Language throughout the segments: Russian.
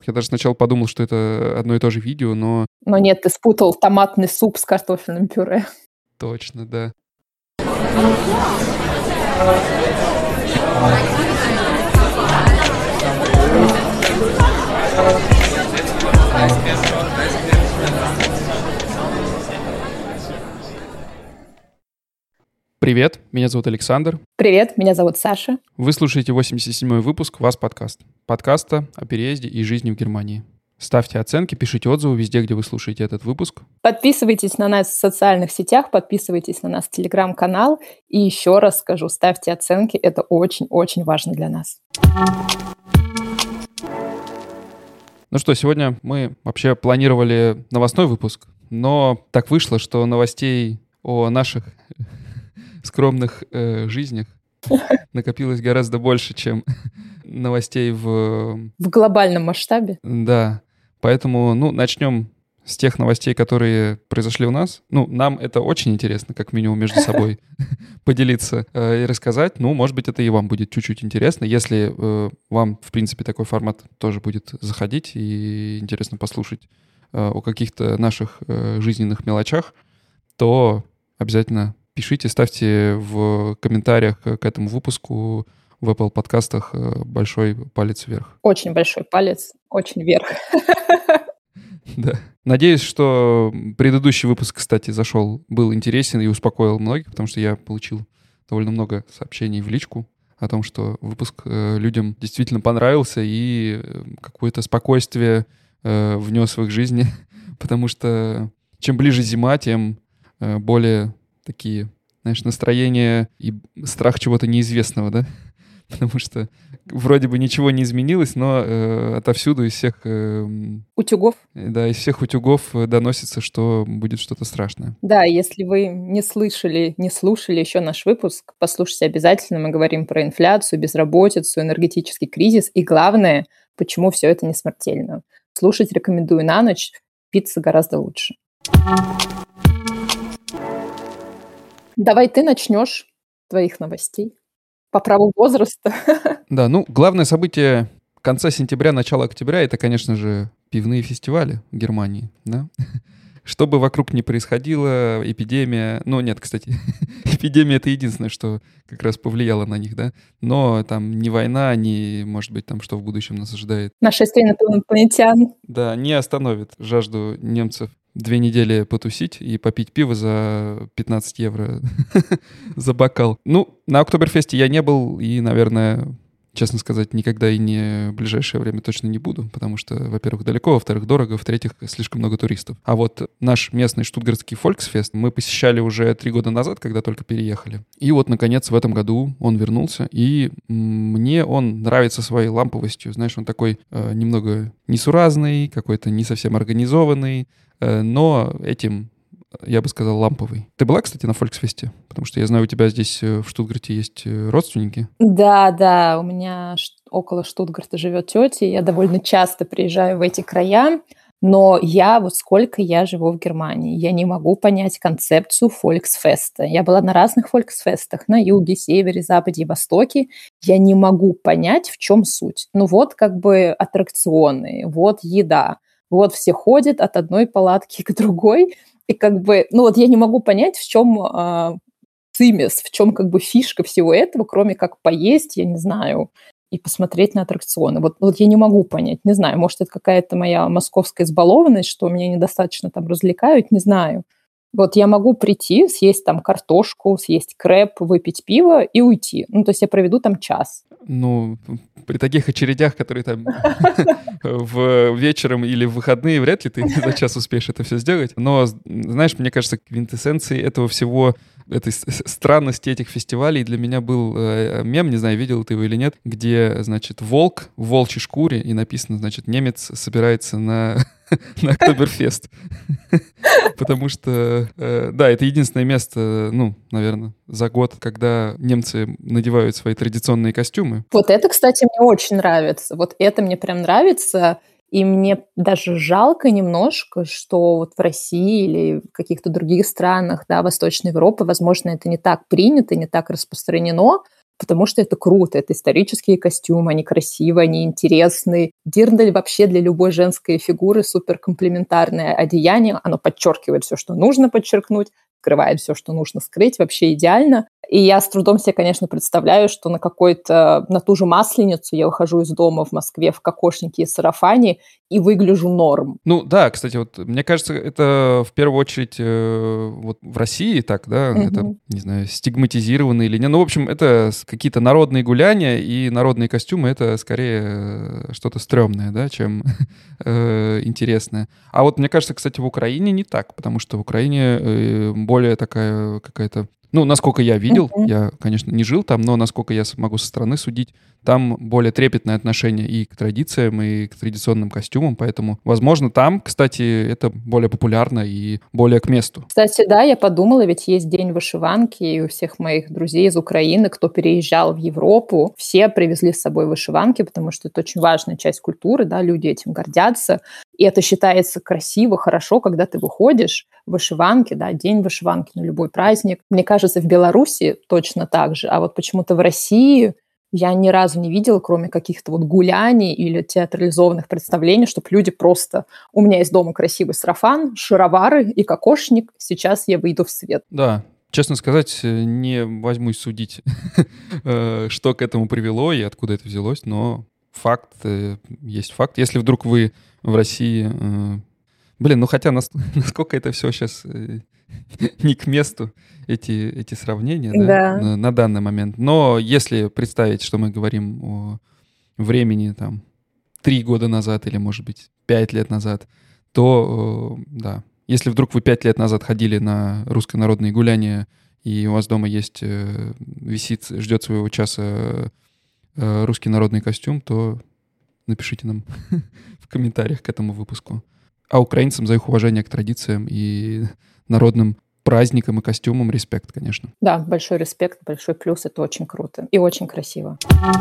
Я даже сначала подумал, что это одно и то же видео, но... Но нет, ты спутал томатный суп с картофельным пюре. Точно, да. Привет, меня зовут Александр. Привет, меня зовут Саша. Вы слушаете 87-й выпуск «Вас подкаст». Подкаста о переезде и жизни в Германии. Ставьте оценки, пишите отзывы везде, где вы слушаете этот выпуск. Подписывайтесь на нас в социальных сетях, подписывайтесь на нас в Телеграм-канал. И еще раз скажу, ставьте оценки, это очень-очень важно для нас. Ну что, сегодня мы вообще планировали новостной выпуск, но так вышло, что новостей о наших скромных жизнях накопилось гораздо больше, чем новостей в глобальном масштабе. Да, поэтому, начнем с тех новостей, которые произошли у нас. Нам это очень интересно, как минимум, между собой поделиться и рассказать. Может быть, это и вам будет чуть-чуть интересно. Если вам, в принципе, такой формат тоже будет заходить и интересно послушать о каких-то наших жизненных мелочах, то обязательно пишите, ставьте в комментариях к этому выпуску в Apple подкастах большой палец вверх. Очень большой палец, очень вверх. Да. Надеюсь, что предыдущий выпуск, кстати, был интересен и успокоил многих, потому что я получил довольно много сообщений в личку о том, что выпуск людям действительно понравился и какое-то спокойствие внес в их жизни, потому что чем ближе зима, тем более такие, настроения и страх чего-то неизвестного, да? Потому что вроде бы ничего не изменилось, но отовсюду из всех... утюгов. Да, из всех утюгов доносится, что будет что-то страшное. Да, если вы не слушали еще наш выпуск, послушайте обязательно. Мы говорим про инфляцию, безработицу, энергетический кризис и, главное, почему все это не смертельно. Слушать рекомендую на ночь, питься гораздо лучше. Давай ты начнешь твоих новостей. По праву возраста. Да, главное событие конца сентября, начала октября — это, конечно же, пивные фестивали в Германии, да? Что бы вокруг ни происходило, эпидемия... нет, кстати, эпидемия — это единственное, что как раз повлияло на них, да? Но там ни война, ни, может быть, там что в будущем нас ожидает. Нашествие инопланетян. Да, не остановит жажду немцев 2 недели потусить и попить пиво за 15 евро за бокал. На Октоберфесте я не был и, наверное, честно сказать, никогда и не в ближайшее время точно не буду, потому что, во-первых, далеко, во-вторых, дорого, в-третьих, слишком много туристов. А вот наш местный штутгартский Volksfest мы посещали уже 3 года назад, когда только переехали. И вот, наконец, в этом году он вернулся, и мне он нравится своей ламповостью. Знаешь, он такой немного несуразный, какой-то не совсем организованный, но этим, я бы сказал, ламповый. Ты была, кстати, на Volksfest? Потому что я знаю, у тебя здесь в Штутгарте есть родственники. Да, у меня около Штутгарта живет тетя, я довольно часто приезжаю в эти края, но сколько я живу в Германии, я не могу понять концепцию Volksfest. Я была на разных Volksfest'ах, на юге, севере, западе и востоке. Я не могу понять, в чем суть. Аттракционы, еда. Все ходят от одной палатки к другой, и я не могу понять, в чем цимес, в чем фишка всего этого, кроме как поесть, я не знаю, и посмотреть на аттракционы. Я не могу понять, не знаю, может, это какая-то моя московская избалованность, что меня недостаточно там развлекают, не знаю. Я могу прийти, съесть там картошку, съесть крэп, выпить пиво и уйти. То есть я проведу там час. При таких очередях, которые там в вечером или в выходные, вряд ли ты за час успеешь это все сделать. Но, знаешь, мне кажется, квинтэссенцией этого всего, этой странности этих фестивалей для меня был мем, не знаю, видел ты его или нет, где, значит, волк в волчьей шкуре, и написано, значит, немец собирается на Октоберфест. Потому что, да, это единственное место, наверное, за год, когда немцы надевают свои традиционные костюмы. Это, кстати, мне очень нравится. Это мне прям нравится. И мне даже жалко немножко, что в России или в каких-то других странах, Восточной Европы, возможно, это не так принято, не так распространено, потому что это круто, это исторические костюмы, они красивые, они интересные. Дирндель вообще для любой женской фигуры супер комплементарное одеяние, оно подчеркивает все, что нужно подчеркнуть, скрывает все, что нужно скрыть, вообще идеально. И я с трудом себе, конечно, представляю, что на ту же Масленицу я выхожу из дома в Москве в кокошнике и сарафане и выгляжу норм. Ну да, кстати, вот мне кажется, это в первую очередь вот в России так, да, это, не знаю, стигматизировано или нет. Ну, в общем, это какие-то народные гуляния, и народные костюмы — это скорее что-то стрёмное, да, чем интересное. А вот мне кажется, кстати, в Украине не так, потому что в Украине более такая какая-то... Ну, насколько я видел, я, конечно, не жил там, но насколько я могу со стороны судить, там более трепетное отношение и к традициям, и к традиционным костюмам, поэтому, возможно, там, кстати, это более популярно и более к месту. Кстати, да, я подумала, ведь есть день вышиванки, и у всех моих друзей из Украины, кто переезжал в Европу, все привезли с собой вышиванки, потому что это очень важная часть культуры, да, люди этим гордятся, и это считается красиво, хорошо, когда ты выходишь в вышиванке, да, день вышиванки на любой праздник. Мне кажется, в Беларуси точно так же, а вот почему-то в России я ни разу не видела, кроме каких-то вот гуляний или театрализованных представлений, чтобы люди просто... У меня есть дома красивый сарафан, шаровары и кокошник, сейчас я выйду в свет. Да, честно сказать, не возьмусь судить, что к этому привело и откуда это взялось, но факт есть факт. Если вдруг вы в России... Блин, ну хотя насколько это все сейчас не к месту, эти сравнения, да, Да. на данный момент. Но если представить, что мы говорим о времени там 3 года назад или, может быть, 5 лет назад, то, да, если вдруг вы 5 лет назад ходили на русское народное гуляние, и у вас дома есть, висит, ждет своего часа русский народный костюм, то напишите нам в комментариях к этому выпуску. А украинцам за их уважение к традициям и народным праздникам и костюмам респект, конечно. Да, большой респект, большой плюс, это очень круто и очень красиво.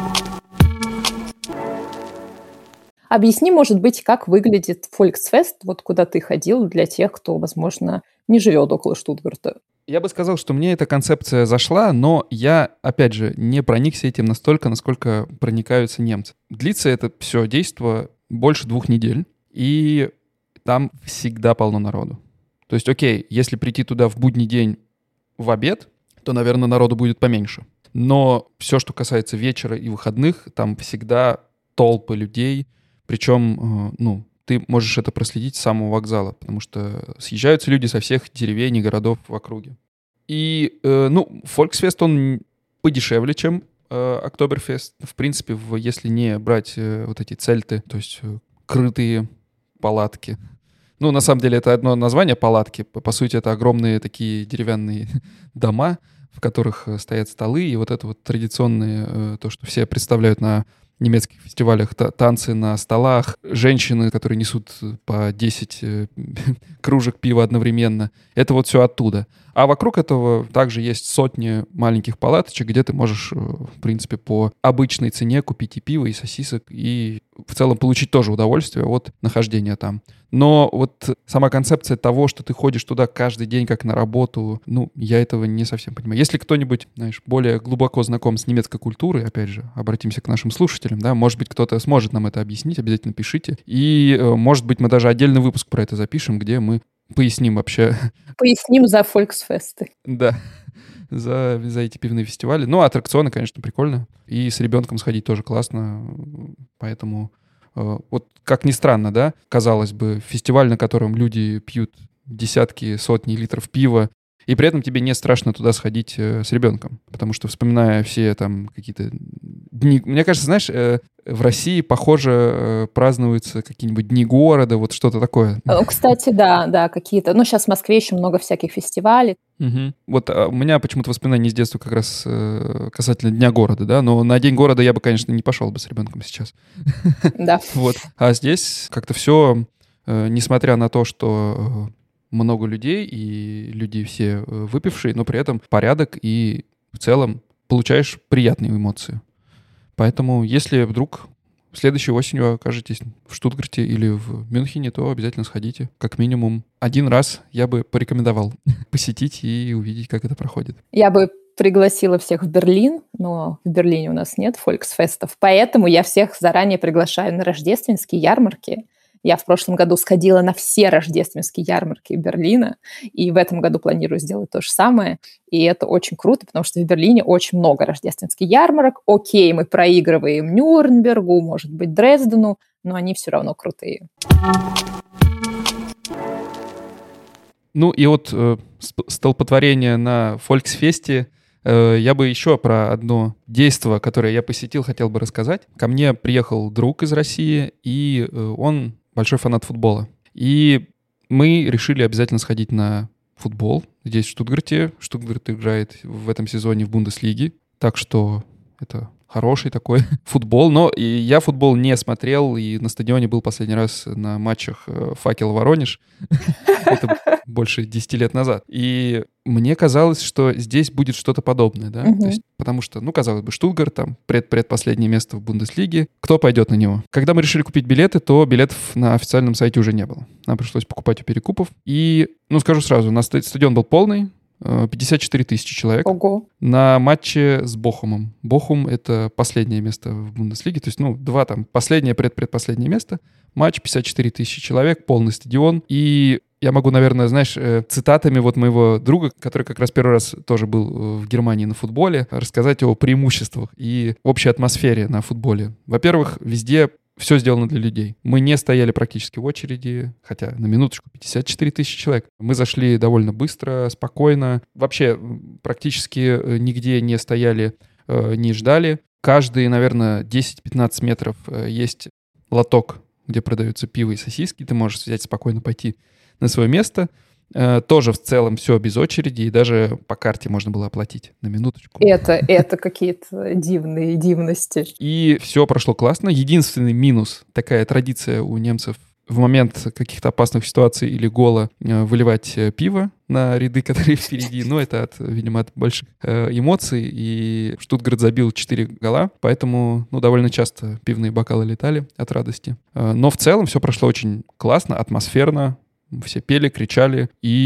Объясни, может быть, как выглядит Volksfest, вот куда ты ходил, для тех, кто, возможно, не живет около Штутгарта. Я бы сказал, что мне эта концепция зашла, но я, опять же, не проникся этим настолько, насколько проникаются немцы. Длится это все действо больше 2 недель, и там всегда полно народу. То есть, окей, если прийти туда в будний день в обед, то, наверное, народу будет поменьше. Но все, что касается вечера и выходных, там всегда толпы людей. Причем, ну, ты можешь это проследить с самого вокзала, потому что съезжаются люди со всех деревень и городов в округе. И, ну, Volksfest, он подешевле, чем Октоберфест. В принципе, если не брать вот эти цельты, то есть крытые палатки. Ну, на самом деле, это одно название палатки. По сути, это огромные такие деревянные дома, в которых стоят столы, и вот это вот традиционные, то, что все представляют на немецких фестивалях, танцы на столах, женщины, которые несут по 10 кружек пива одновременно. Это вот все оттуда. А вокруг этого также есть сотни маленьких палаточек, где ты можешь, в принципе, по обычной цене купить и пиво, и сосисок, и в целом получить тоже удовольствие от нахождения там. Но вот сама концепция того, что ты ходишь туда каждый день как на работу, ну, я этого не совсем понимаю. Если кто-нибудь, знаешь, более глубоко знаком с немецкой культурой, опять же, обратимся к нашим слушателям, да, может быть, кто-то сможет нам это объяснить, обязательно пишите. И, может быть, мы даже отдельный выпуск про это запишем, где мы поясним вообще. Поясним за Volksfest. Да, за эти пивные фестивали. Ну, аттракционы, конечно, прикольно. И с ребенком сходить тоже классно. Поэтому, вот как ни странно, да, казалось бы, фестиваль, на котором люди пьют десятки, сотни литров пива, и при этом тебе не страшно туда сходить с ребенком. Потому что, вспоминая все там какие-то дни... Мне кажется, знаешь, в России, похоже, празднуются какие-нибудь дни города, вот что-то такое. Кстати, да, какие-то. Ну, сейчас в Москве еще много всяких фестивалей. Угу. Вот у меня почему-то воспоминания с детства как раз касательно Дня города, да, но на День города я бы, конечно, не пошел бы с ребенком сейчас. Да. Вот. А здесь как-то все, несмотря на то, что много людей, и люди все выпившие, но при этом порядок, и в целом получаешь приятные эмоции. Поэтому, если вдруг следующей осенью окажетесь в Штутгарте или в Мюнхене, то обязательно сходите. Как минимум 1 раз я бы порекомендовал посетить и увидеть, как это проходит. Я бы пригласила всех в Берлин, но в Берлине у нас нет фольксфестов, поэтому я всех заранее приглашаю на рождественские ярмарки. Я в прошлом году сходила на все рождественские ярмарки Берлина, и в этом году планирую сделать то же самое. И это очень круто, потому что в Берлине очень много рождественских ярмарок. Окей, мы проигрываем Нюрнбергу, может быть, Дрездену, но они все равно крутые. Ну и вот столпотворение на Фольксфесте. Я бы еще про одно действо, которое я посетил, хотел бы рассказать. Ко мне приехал друг из России, и он большой фанат футбола. И мы решили обязательно сходить на футбол здесь, в Штутгарте. Штутгарт играет в этом сезоне в Бундеслиге, так что это хороший такой футбол. Но и я футбол не смотрел, и на стадионе был последний раз на матчах «Факел-Воронеж». Это больше 10 лет назад. И мне казалось, что здесь будет что-то подобное, да? То есть, потому что, казалось бы, Штутгарт, там, предпоследнее место в Бундеслиге. Кто пойдет на него? Когда мы решили купить билеты, то билетов на официальном сайте уже не было. Нам пришлось покупать у перекупов. И, скажу сразу, у нас стадион был полный, 54 тысячи человек. Ого. На матче с Бохумом. Бохум — это последнее место в Бундеслиге. То есть, два там, последнее, предпоследнее место. Матч, 54 тысячи человек, полный стадион. И я могу, наверное, знаешь, цитатами вот моего друга, который как раз первый раз тоже был в Германии на футболе, рассказать о преимуществах и общей атмосфере на футболе. Во-первых, везде все сделано для людей. Мы не стояли практически в очереди, хотя на минуточку 54 тысячи человек. Мы зашли довольно быстро, спокойно. Вообще практически нигде не стояли, не ждали. Каждые, наверное, 10-15 метров есть лоток, где продаются пиво и сосиски. Ты можешь взять спокойно пойти на свое место. Тоже в целом все без очереди, и даже по карте можно было оплатить на минуточку. Это какие-то дивные дивности. И все прошло классно. Единственный минус, такая традиция у немцев в момент каких-то опасных ситуаций или гола выливать пиво на ряды, которые впереди. Это, видимо, от больших эмоций. И Штутгарт забил 4 гола, поэтому, довольно часто пивные бокалы летали от радости. Но в целом все прошло очень классно, атмосферно. Все пели, кричали.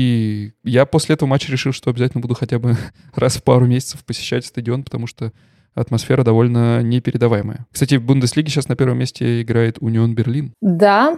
И я после этого матча решил, что обязательно буду хотя бы раз в пару месяцев посещать стадион, потому что атмосфера довольно непередаваемая. Кстати, в Бундеслиге сейчас на первом месте играет Унион Берлин. Да.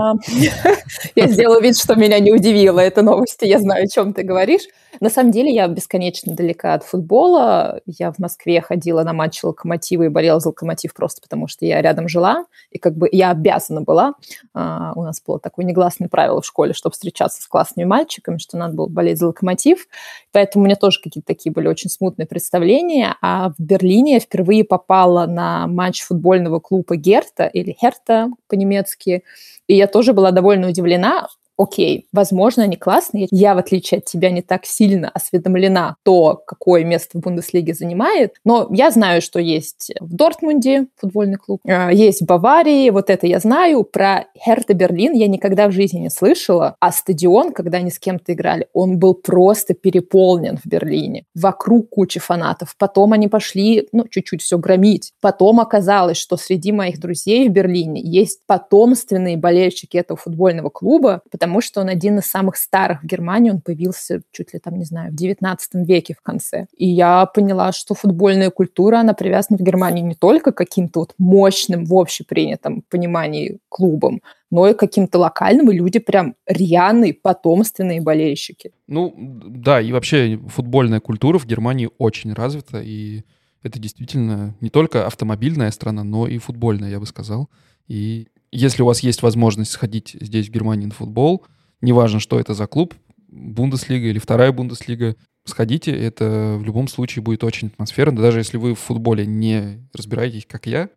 Я сделала вид, что меня не удивила эта новость. Я знаю, о чем ты говоришь. На самом деле я бесконечно далека от футбола. Я в Москве ходила на матчи «Локомотива» и болела за «Локомотив» просто потому, что я рядом жила. И я обязана была. У нас было такое негласное правило в школе, чтобы встречаться с классными мальчиками, что надо было болеть за «Локомотив». Поэтому у меня тоже какие-то такие были очень смутные представления. А в Берлине я впервые попала на матч футбольного клуба «Герта» или «Херта» по-немецки. И я тоже была довольно удивлена. Окей, возможно, они классные. Я, в отличие от тебя, не так сильно осведомлена то, какое место в Бундеслиге занимает. Но я знаю, что есть в Дортмунде футбольный клуб, есть в Баварии, вот это я знаю. Про Херта Берлин я никогда в жизни не слышала. А стадион, когда они с кем-то играли, он был просто переполнен в Берлине. Вокруг куча фанатов. Потом они пошли, чуть-чуть все громить. Потом оказалось, что среди моих друзей в Берлине есть потомственные болельщики этого футбольного клуба, потому что он один из самых старых в Германии, он появился чуть ли там, не знаю, в 19 веке в конце. И я поняла, что футбольная культура, она привязана в Германии не только к каким-то мощным в общепринятом понимании клубам, но и к каким-то локальным, и люди прям рьяные, потомственные болельщики. Да, и вообще футбольная культура в Германии очень развита, и это действительно не только автомобильная страна, но и футбольная, я бы сказал. И если у вас есть возможность сходить здесь, в Германии, на футбол, неважно, что это за клуб, Бундеслига или вторая Бундеслига, сходите, это в любом случае будет очень атмосферно. Даже если вы в футболе не разбираетесь, как я,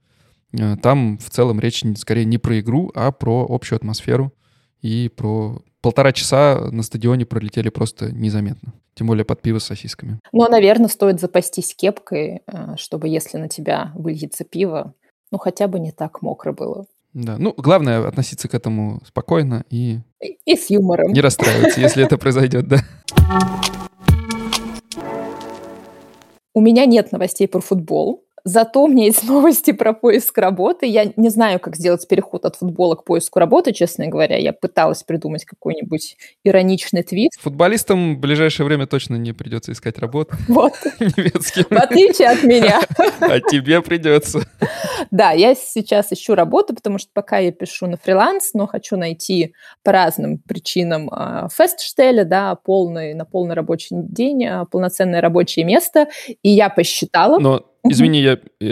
там в целом речь скорее не про игру, а про общую атмосферу. И про 1,5 часа на стадионе пролетели просто незаметно. Тем более под пиво с сосисками. Наверное, стоит запастись кепкой, чтобы если на тебя выльется пиво, хотя бы не так мокро было. Да, главное относиться к этому спокойно и с юмором. Не расстраиваться, если это произойдет, да. У меня нет новостей про футбол. Зато у меня есть новости про поиск работы. Я не знаю, как сделать переход от футбола к поиску работы, честно говоря. Я пыталась придумать какой-нибудь ироничный твист. Футболистам в ближайшее время точно не придется искать работу. Вот. Немецким. В отличие от меня. А тебе придется. Да, я сейчас ищу работу, потому что пока я пишу на фриланс, но хочу найти по разным причинам фестштеле, да, на полный рабочий день, полноценное рабочее место. И я посчитала... Но, извини,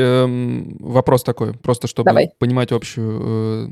вопрос такой, просто чтобы Давай. понимать общую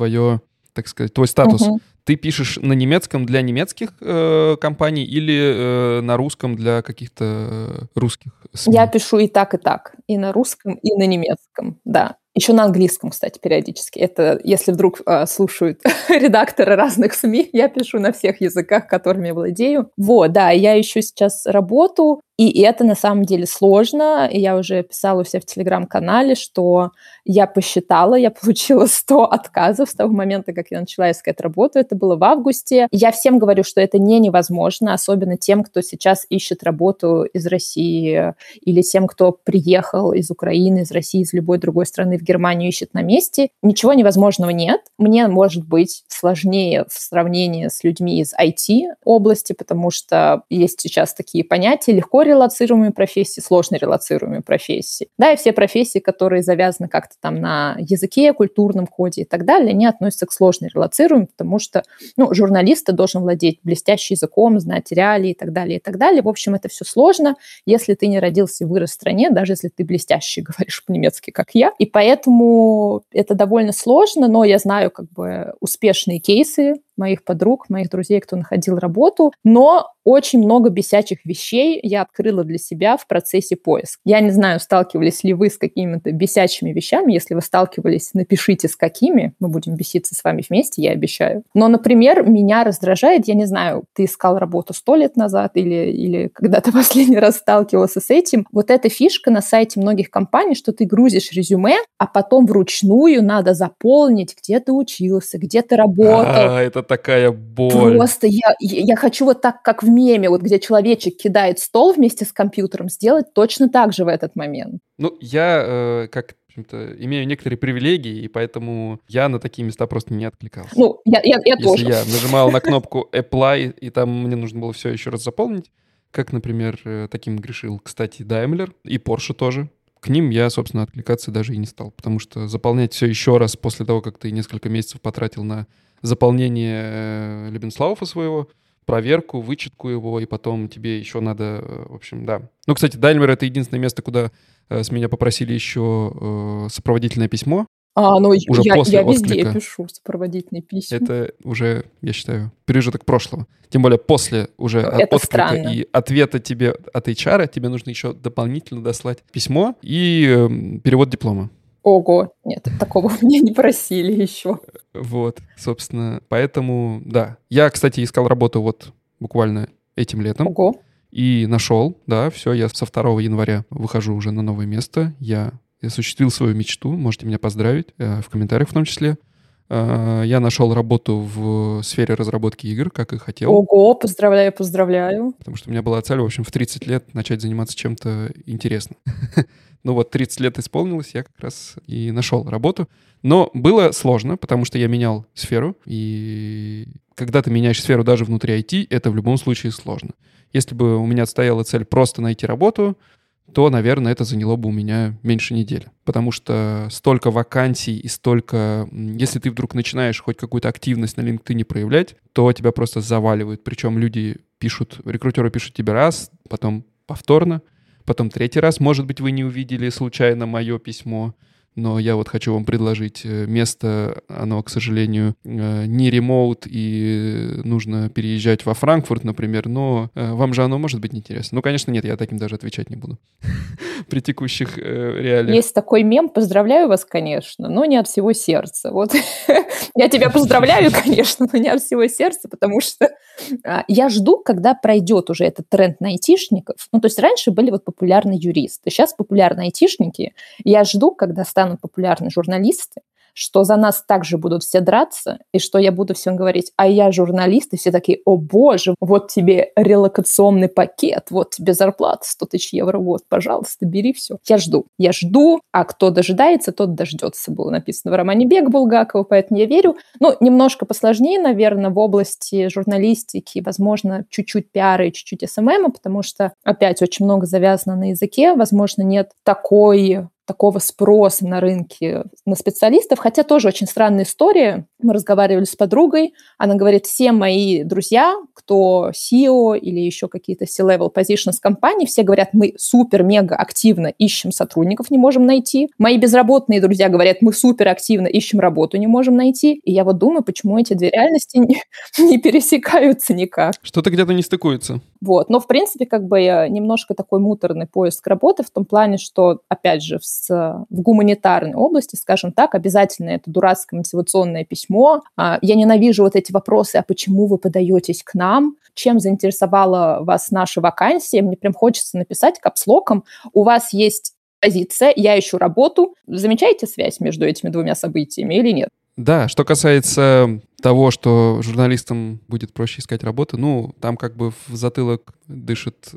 так сказать, твой статус. Ты пишешь на немецком для немецких компаний или на русском для каких-то русских СМИ? Я пишу и так, и так. И на русском, и на немецком, да. Еще на английском, кстати, периодически. Это если вдруг слушают редакторы разных СМИ, я пишу на всех языках, которыми владею. Вот, да, я ищу сейчас работу, и это на самом деле сложно. И я уже писала у себя в Телеграм-канале, что я посчитала, я получила 100 отказов с того момента, как я начала искать работу. Это было в августе. Я всем говорю, что это невозможно, особенно тем, кто сейчас ищет работу из России или тем, кто приехал из Украины, из России, из любой другой страны в Германию, ищет на месте. Ничего невозможного нет. Мне, может быть, сложнее в сравнении с людьми из IT-области, потому что есть сейчас такие понятия: легко релоцируемые профессии, сложно релоцируемые профессии. Да, и все профессии, которые завязаны как-то там на языке, культурном коде и так далее, они относятся к сложно релоцируемым, потому что, журналист должен владеть блестящим языком, знать реалии и так далее, и так далее. В общем, это все сложно, если ты не родился и вырос в стране, даже если ты блестяще говоришь по-немецки, как я. И поэтому это довольно сложно, но я знаю успешные кейсы моих подруг, моих друзей, кто находил работу, но очень много бесячих вещей я открыла для себя в процессе поиска. Я не знаю, сталкивались ли вы с какими-то бесячими вещами. Если вы сталкивались, напишите, с какими. Мы будем беситься с вами вместе, я обещаю. Но, например, меня раздражает, я не знаю, ты искал работу 100 лет назад или когда ты последний раз сталкивался с этим, вот эта фишка на сайте многих компаний, что ты грузишь резюме, а потом вручную надо заполнить, где ты учился, где ты работал. Это такая боль. Просто я хочу вот так, как в меме, вот где человечек кидает стол вместе с компьютером, сделать точно так же в этот момент. Я имею некоторые привилегии, и поэтому я на такие места просто не откликался. Я тоже. Если я нажимал на кнопку Apply, и там мне нужно было все еще раз заполнить, как, например, таким грешил, кстати, Daimler и Porsche тоже. К ним я, собственно, откликаться даже и не стал, потому что заполнять все еще раз после того, как ты несколько месяцев потратил на заполнение Лебенслауфа своего, проверку, вычетку его, и потом тебе еще надо, в общем, да. Кстати, Daimler — это единственное место, куда с меня попросили еще сопроводительное письмо. Уже после я везде отклика. пишу сопроводительные письма. Это уже, я считаю, пережиток прошлого. Тем более после уже это отклика странно. И ответа тебе от HR тебе нужно еще дополнительно дослать письмо и перевод диплома. Ого, нет, такого меня не просили еще. Вот, собственно, поэтому, да. Я, кстати, искал работу вот буквально этим летом. Ого. И нашел, да, все, я со 2 января выхожу уже на новое место. Я осуществил свою мечту, можете меня поздравить, в комментариях в том числе. Я нашел работу в сфере разработки игр, как и хотел. Ого, поздравляю. Потому что у меня была цель, в общем, в 30 лет начать заниматься чем-то интересным. 30 лет исполнилось, я как раз и нашел работу. Но было сложно, потому что я менял сферу, и когда ты меняешь сферу даже внутри IT, это в любом случае сложно. Если бы у меня стояла цель просто найти работу, то, наверное, это заняло бы у меня меньше недели. Потому что столько вакансий и столько... Если ты вдруг начинаешь хоть какую-то активность на LinkedIn проявлять, то тебя просто заваливают. Причем рекрутеры пишут тебе раз, потом повторно, потом 3-й раз. Может быть, вы не увидели случайно мое письмо, но я вот хочу вам предложить место, оно, к сожалению, не ремоут, и нужно переезжать во Франкфурт, например, но вам же оно может быть неинтересно. Конечно, нет, я таким даже отвечать не буду при текущих реалиях. Есть такой мем: поздравляю вас, конечно, но не от всего сердца. Вот я тебя поздравляю, конечно, но не от всего сердца, потому что я жду, когда пройдет уже этот тренд на айтишников. То есть раньше были популярны юристы, сейчас популярны айтишники. Я жду, когда станут популярны журналисты, что за нас также будут все драться, и что я буду всем говорить, а я журналист, и все такие, о боже, вот тебе релокационный пакет, вот тебе зарплата 100 тысяч евро в год, пожалуйста, бери все. Я жду, а кто дожидается, тот дождется, было написано в романе Бег Булгакова, поэтому я верю. Ну, немножко посложнее, наверное, в области журналистики, возможно, чуть-чуть пиара и чуть-чуть СММа, потому что, опять, очень много завязано на языке, возможно, нет такого спроса на рынке на специалистов, хотя тоже очень странная история. Мы разговаривали с подругой, она говорит, все мои друзья, кто CEO или еще какие-то C-level positions компаний, все говорят, мы супер-мега активно ищем сотрудников, не можем найти. Мои безработные друзья говорят, мы супер активно ищем работу, не можем найти. И я вот думаю, почему эти две реальности не пересекаются никак. Что-то где-то не стыкуется. Вот. Но, в принципе, как бы немножко такой муторный поиск работы в том плане, что, опять же, в гуманитарной области, скажем так, обязательно это дурацкое мотивационное письмо. Я ненавижу вот эти вопросы, а почему вы подаетесь к нам? Чем заинтересовала вас наша вакансия? Мне прям хочется написать капслоком. У вас есть позиция, я ищу работу. Замечаете связь между этими двумя событиями или нет? Да, что касается того, что журналистам будет проще искать работу, ну, там как бы в затылок дышат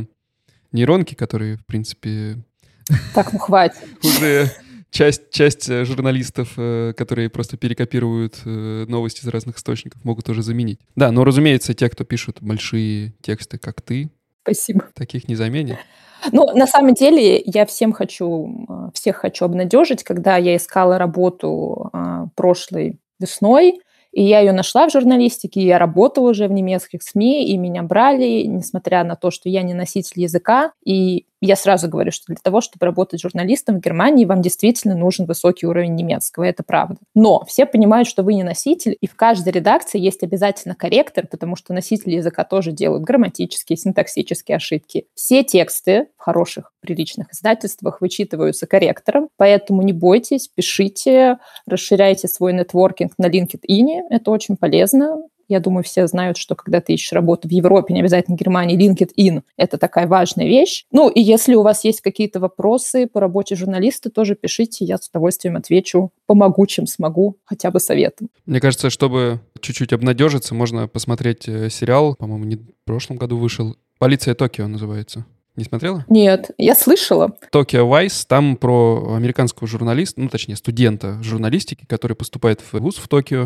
нейронки, которые, в принципе... Так, ну хватит. Уже часть журналистов, которые просто перекопируют новости из разных источников, могут уже заменить. Да, но, разумеется, те, кто пишут большие тексты, как ты, спасибо, таких не заменит. Ну, на самом деле, я всех хочу обнадежить. Когда я искала работу прошлой весной, и я ее нашла в журналистике, и я работала уже в немецких СМИ, и меня брали, несмотря на то, что я не носитель языка. И я сразу говорю, что для того, чтобы работать журналистом в Германии, вам действительно нужен высокий уровень немецкого, это правда. Но все понимают, что вы не носитель, и в каждой редакции есть обязательно корректор, потому что носители языка тоже делают грамматические, синтаксические ошибки. Все тексты в хороших, приличных издательствах вычитываются корректором, поэтому не бойтесь, пишите, расширяйте свой нетворкинг на LinkedIn, это очень полезно. Я думаю, все знают, что когда ты ищешь работу в Европе, не обязательно в Германии, LinkedIn — это такая важная вещь. Ну, и если у вас есть какие-то вопросы по работе журналиста, тоже пишите, я с удовольствием отвечу, помогу, чем смогу, хотя бы советом. Мне кажется, чтобы чуть-чуть обнадежиться, можно посмотреть сериал, по-моему, не в прошлом году вышел, «Полиция Токио» называется. Не смотрела? Нет, я слышала. Tokyo Vice, там про американского журналиста, ну, точнее, студента журналистики, который поступает в вуз в Токио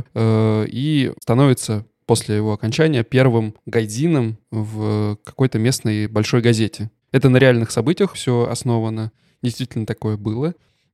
и становится после его окончания первым гайдзином в какой-то местной большой газете. Это на реальных событиях все основано. Действительно такое было.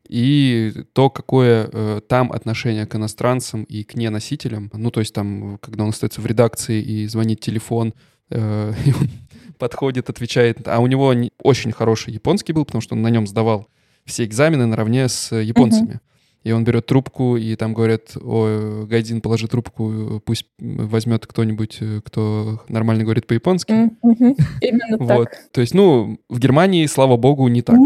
И то, какое там отношение к иностранцам и к неносителям, ну, то есть там, когда он остается в редакции и звонит телефон, и он подходит, отвечает. А у него очень хороший японский был, потому что он на нем сдавал все экзамены наравне с японцами. И он берет трубку, и там говорят: о, Гайдзин, положи трубку, пусть возьмет кто-нибудь, кто нормально говорит по-японски. Именно вот. так. То есть, ну, в Германии, слава богу, не так.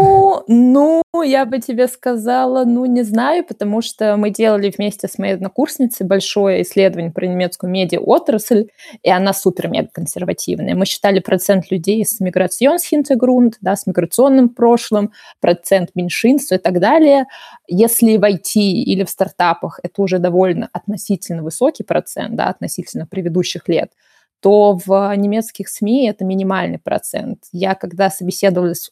Ну, я бы тебе сказала, не знаю, потому что мы делали вместе с моей однокурсницей большое исследование про немецкую медиа-отрасль, и она супер-мега-консервативная. Мы считали процент людей с Migrationshintergrund, да, с миграционным прошлым, процент меньшинств и так далее. Если в IT или в стартапах это уже довольно относительно высокий процент, да, относительно предыдущих лет, то в немецких СМИ это минимальный процент. Я когда собеседовалась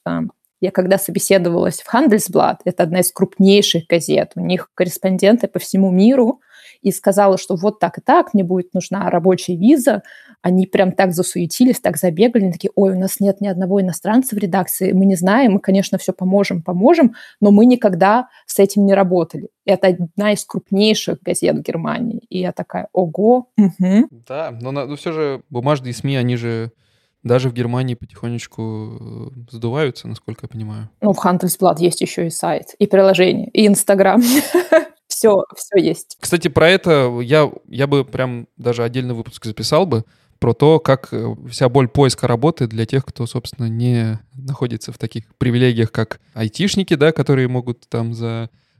в Handelsblatt, это одна из крупнейших газет, у них корреспонденты по всему миру, и сказала, что вот так и так, мне будет нужна рабочая виза. Они прям так засуетились, так забегали, они такие: ой, у нас нет ни одного иностранца в редакции, мы не знаем, мы, конечно, все поможем, но мы никогда с этим не работали. Это одна из крупнейших газет в Германии. И я такая: ого. Да, но все же бумажные СМИ, они же даже в Германии потихонечку сдуваются, насколько я понимаю. Ну, в Handelsblatt есть еще и сайт, и приложение, и Инстаграм. Все есть. Кстати, про это я бы прям даже отдельный выпуск записал бы, про то, как вся боль поиска работы для тех, кто, собственно, не находится в таких привилегиях, как айтишники, да, которые могут там за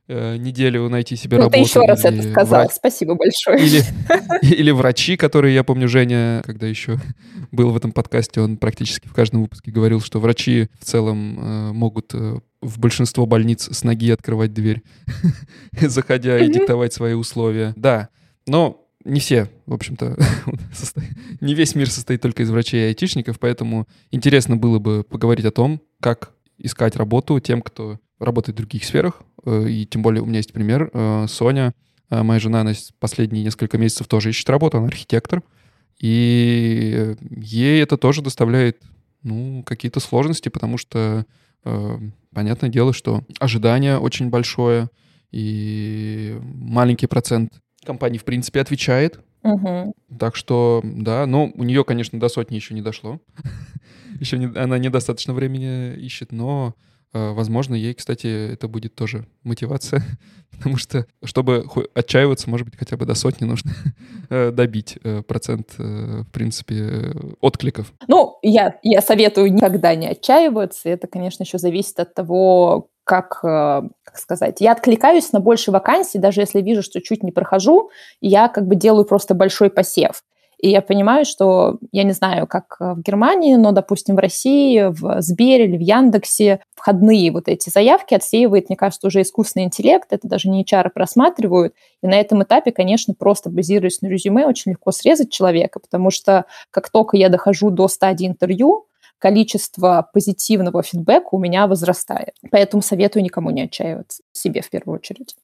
неделю найти себе Ну, ты работу. еще раз это или сказал. Спасибо большое. Или врачи, которые, я помню, Женя, когда еще был в этом подкасте, он практически в каждом выпуске говорил, что врачи в целом могут в большинство больниц с ноги открывать дверь, заходя и диктовать свои условия. Да, но не все, в общем-то, не весь мир состоит только из врачей и айтишников, поэтому интересно было бы поговорить о том, как искать работу тем, кто работает в других сферах. И тем более у меня есть пример. Соня, моя жена, она последние несколько месяцев тоже ищет работу, она архитектор. И ей это тоже доставляет, какие-то сложности, потому что понятное дело, что ожидание очень большое, и маленький процент компаний, в принципе, отвечает. Так что, да, но у нее, конечно, до сотни еще не дошло. Еще она недостаточно времени ищет, но, возможно, ей, кстати, это будет тоже мотивация, потому что, чтобы отчаиваться, может быть, хотя бы до сотни нужно добить процент, в принципе, откликов. Ну, я советую никогда не отчаиваться. Это, конечно, еще зависит от того, как сказать, я откликаюсь на больше вакансий, даже если вижу, что чуть не прохожу, я как бы делаю просто большой посев. И я понимаю, что, я не знаю, как в Германии, но, допустим, в России, в Сбере или в Яндексе входные вот эти заявки отсеивает, мне кажется, уже искусственный интеллект, это даже не HR просматривают. И на этом этапе, конечно, просто базируясь на резюме, очень легко срезать человека, потому что как только я дохожу до стадии интервью, количество позитивного фидбэка у меня возрастает. Поэтому советую никому не отчаиваться, себе в первую очередь.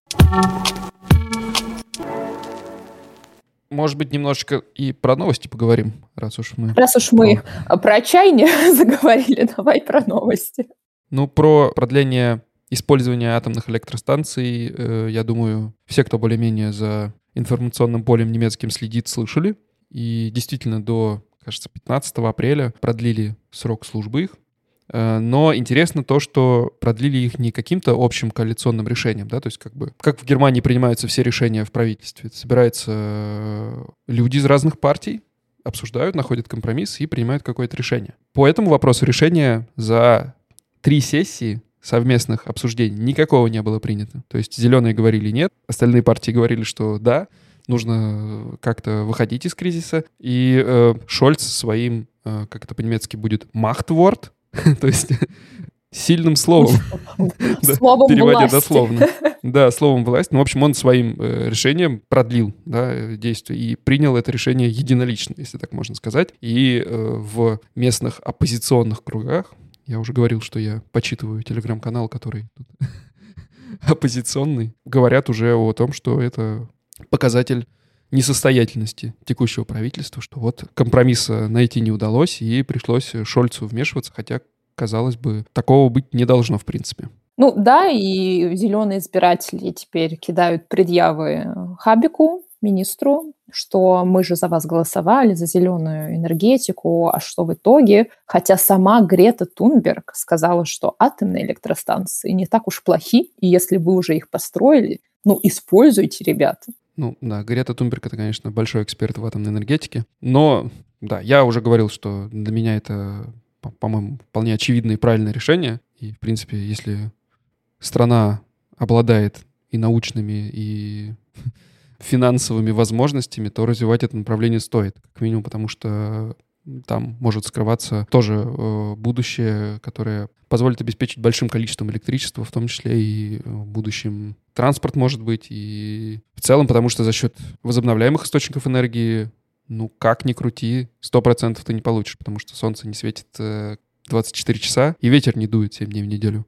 Может быть, немножечко и про новости поговорим, раз уж мы про отчаяние заговорили, давай про новости. Про продление использования атомных электростанций, я думаю, все, кто более-менее за информационным полем немецким следит, слышали. И действительно, до, кажется, 15 апреля продлили срок службы их. Но интересно то, что продлили их не каким-то общим коалиционным решением, да, то есть как в Германии принимаются все решения в правительстве. Собираются люди из разных партий, обсуждают, находят компромисс и принимают какое-то решение. По этому вопросу решения за 3 сессии совместных обсуждений никакого не было принято. То есть зеленые говорили нет, остальные партии говорили, что да, нужно как-то выходить из кризиса. И Шольц своим, как это по-немецки будет, «Machtwort», то есть сильным словом, переводя дословно. Да, словом «власть». В общем, он своим решением продлил действие и принял это решение единолично, если так можно сказать. И в местных оппозиционных кругах, я уже говорил, что я почитываю телеграм-канал, который оппозиционный, говорят уже о том, что это показатель несостоятельности текущего правительства, что вот компромисса найти не удалось, и пришлось Шольцу вмешиваться, хотя, казалось бы, такого быть не должно, в принципе. Да, и зеленые избиратели теперь кидают предъявы Хабеку, министру, что мы же за вас голосовали, за зеленую энергетику, а что в итоге? Хотя сама Грета Тунберг сказала, что атомные электростанции не так уж плохи, и если вы уже их построили, используйте, ребята. Да, Грета Тунберг — это, конечно, большой эксперт в атомной энергетике. Но, да, я уже говорил, что для меня это, по-моему, вполне очевидное и правильное решение. И, в принципе, если страна обладает и научными, и финансовыми возможностями, то развивать это направление стоит, как минимум, потому что там может скрываться тоже будущее, которое позволит обеспечить большим количеством электричества, в том числе и в будущем транспорт, может быть, и в целом, потому что за счет возобновляемых источников энергии, как ни крути, 100% ты не получишь, потому что солнце не светит 24 часа, и ветер не дует 7 дней в неделю.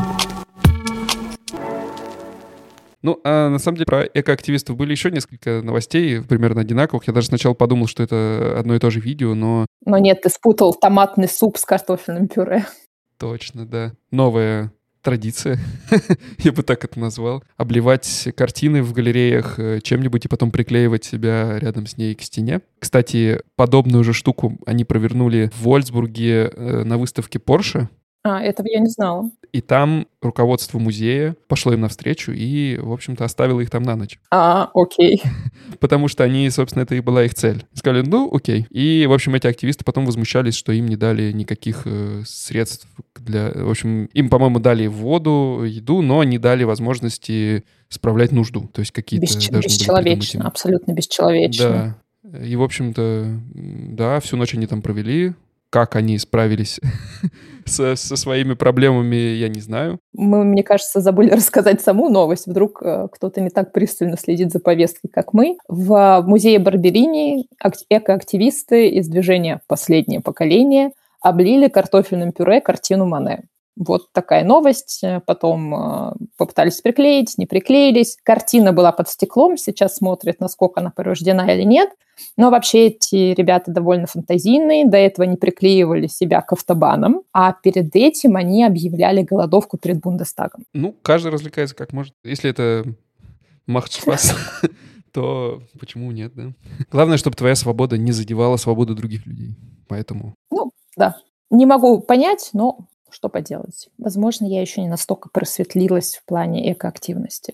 А на самом деле про экоактивистов были еще несколько новостей, примерно одинаковых. Я даже сначала подумал, что это одно и то же видео, но... Но нет, ты спутал томатный суп с картофельным пюре. Точно, да. Новая традиция, я бы так это назвал. Обливать картины в галереях чем-нибудь и потом приклеивать себя рядом с ней к стене. Кстати, подобную же штуку они провернули в Вольфсбурге на выставке Porsche. Этого я не знала. И там руководство музея пошло им навстречу и, в общем-то, оставило их там на ночь. Окей. Потому что они, собственно, это и была их цель. Сказали, окей. И, в общем, эти активисты потом возмущались, что им не дали никаких средств В общем, им, по-моему, дали воду, еду, но не дали возможности справлять нужду. То есть какие-то должны были бесчеловечно, придумать им. абсолютно бесчеловечно. Да. И, в общем-то, да, всю ночь они там провели. Как они справились со своими проблемами, я не знаю. Мы, мне кажется, забыли рассказать саму новость. Вдруг кто-то не так пристально следит за повесткой, как мы. В музее Барберини экоактивисты из движения «Последнее поколение» облили картофельным пюре картину Мане. Вот такая новость. Потом попытались приклеить, не приклеились. Картина была под стеклом. Сейчас смотрят, насколько она повреждена или нет. Но вообще эти ребята довольно фантазийные. До этого не приклеивали себя к автобанам. А перед этим они объявляли голодовку перед Бундестагом. Ну, каждый развлекается как может. Если это macht Spaß, то почему нет, да? Главное, чтобы твоя свобода не задевала свободу других людей. Поэтому... Ну, да. Не могу понять, но... Что поделать? Возможно, я еще не настолько просветлилась в плане экоактивности.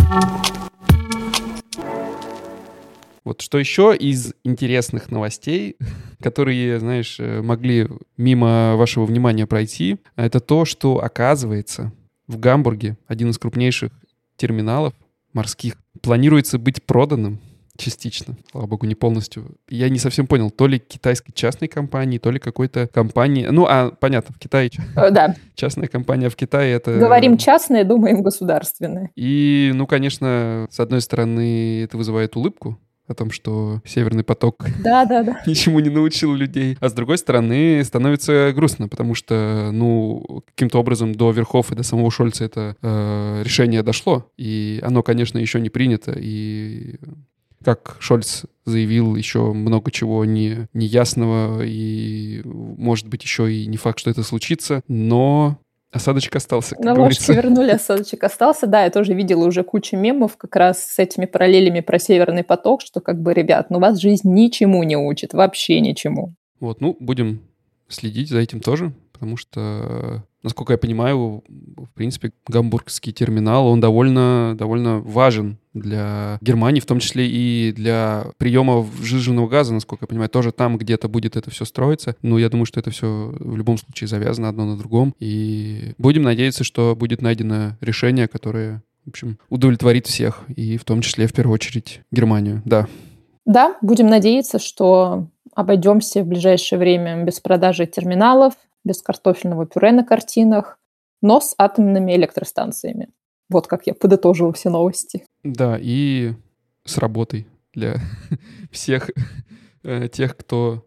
Вот что еще из интересных новостей, которые, знаешь, могли мимо вашего внимания пройти, это то, что, оказывается, в Гамбурге один из крупнейших терминалов морских планируется быть проданным частично, слава богу, не полностью. Я не совсем понял, то ли китайской частной компании, то ли какой-то компании. Ну, понятно, в Китае да. Частная компания в Китае это... Говорим частная, думаем государственная. И, ну, конечно, с одной стороны, это вызывает улыбку о том, что Северный поток ничему не научил людей. А с другой стороны, становится грустно, потому что, ну, каким-то образом до верхов и до самого Шольца это решение дошло. И оно, конечно, еще не принято. И... Как Шольц заявил, еще много чего неясного, и, может быть, еще и не факт, что это случится, но осадочек остался, как говорится. На ложке вернули, осадочек остался. Да, я тоже видела уже кучу мемов как раз с этими параллелями про Северный поток, что как бы, ребят, ну вас жизнь ничему не учит, вообще ничему. Вот, ну, будем следить за этим тоже, потому что, насколько я понимаю, в принципе, гамбургский терминал, он довольно важен для Германии, в том числе и для приема сжиженного газа, насколько я понимаю, тоже там где-то будет это все строиться. Но я думаю, что это все в любом случае завязано одно на другом. И будем надеяться, что будет найдено решение, которое, в общем, удовлетворит всех, и в том числе, в первую очередь, Германию. Да. Да, будем надеяться, что обойдемся в ближайшее время без продажи терминалов, без картофельного пюре на картинах, но с атомными электростанциями. Вот как я подытожила все новости. Да, и с работой для всех тех, кто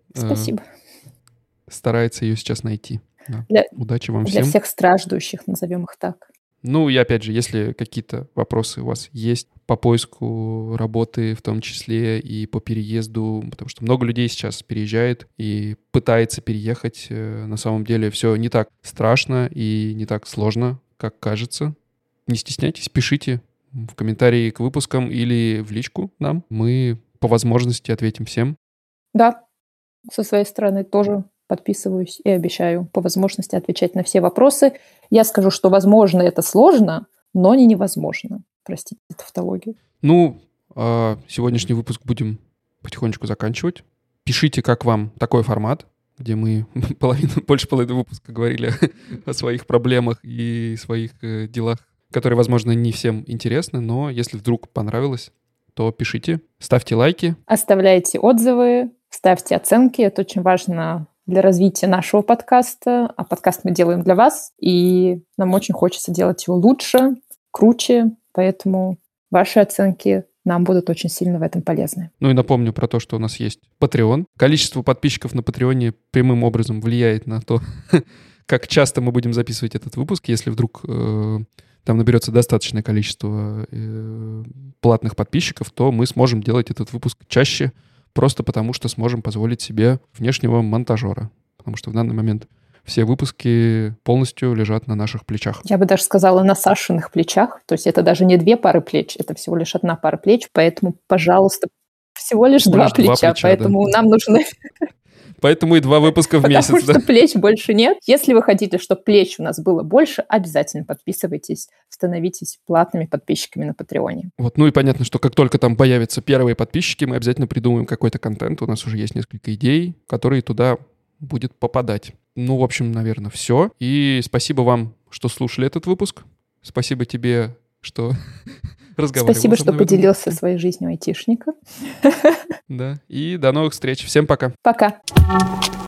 старается ее сейчас найти. Да. Удачи вам всем. Для всех страждущих, назовем их так. Ну и опять же, если какие-то вопросы у вас есть по поиску работы, в том числе и по переезду, потому что много людей сейчас переезжает и пытается переехать, на самом деле все не так страшно и не так сложно, как кажется. Не стесняйтесь, пишите в комментарии к выпускам или в личку нам. Мы по возможности ответим всем. Да, со своей стороны тоже подписываюсь и обещаю по возможности отвечать на все вопросы. Я скажу, что, возможно, это сложно, но не невозможно. Простите за тавтологию. Ну, сегодняшний выпуск будем потихонечку заканчивать. Пишите, как вам такой формат, где мы больше половины выпуска говорили о своих проблемах и своих делах, которые, возможно, не всем интересны, но если вдруг понравилось, то пишите, ставьте лайки. Оставляйте отзывы, ставьте оценки. Это очень важно для развития нашего подкаста. А подкаст мы делаем для вас, и нам очень хочется делать его лучше, круче, поэтому ваши оценки нам будут очень сильно в этом полезны. Ну и напомню про то, что у нас есть Patreon. Количество подписчиков на Патреоне прямым образом влияет на то, как часто мы будем записывать этот выпуск. Если вдруг там наберется достаточное количество платных подписчиков, то мы сможем делать этот выпуск чаще, просто потому что сможем позволить себе внешнего монтажера. Потому что в данный момент все выпуски полностью лежат на наших плечах. Я бы даже сказала, на Сашиных плечах. То есть это даже не 2 пары плеч, это всего лишь 1 пара плеч. Поэтому, пожалуйста, всего лишь 2 плеча. Поэтому нам нужны... Поэтому и 2 выпуска в месяц. Потому что плеч больше нет. Если вы хотите, чтобы плеч у нас было больше, обязательно подписывайтесь, становитесь платными подписчиками на Патреоне. Вот, ну и понятно, что как только там появятся первые подписчики, мы обязательно придумаем какой-то контент. У нас уже есть несколько идей, которые туда будет попадать. Ну, в общем, наверное, все. И спасибо вам, что слушали этот выпуск. Спасибо тебе, что разговаривал. Спасибо, что поделился своей жизнью айтишника. Да, и до новых встреч. Всем пока. Пока.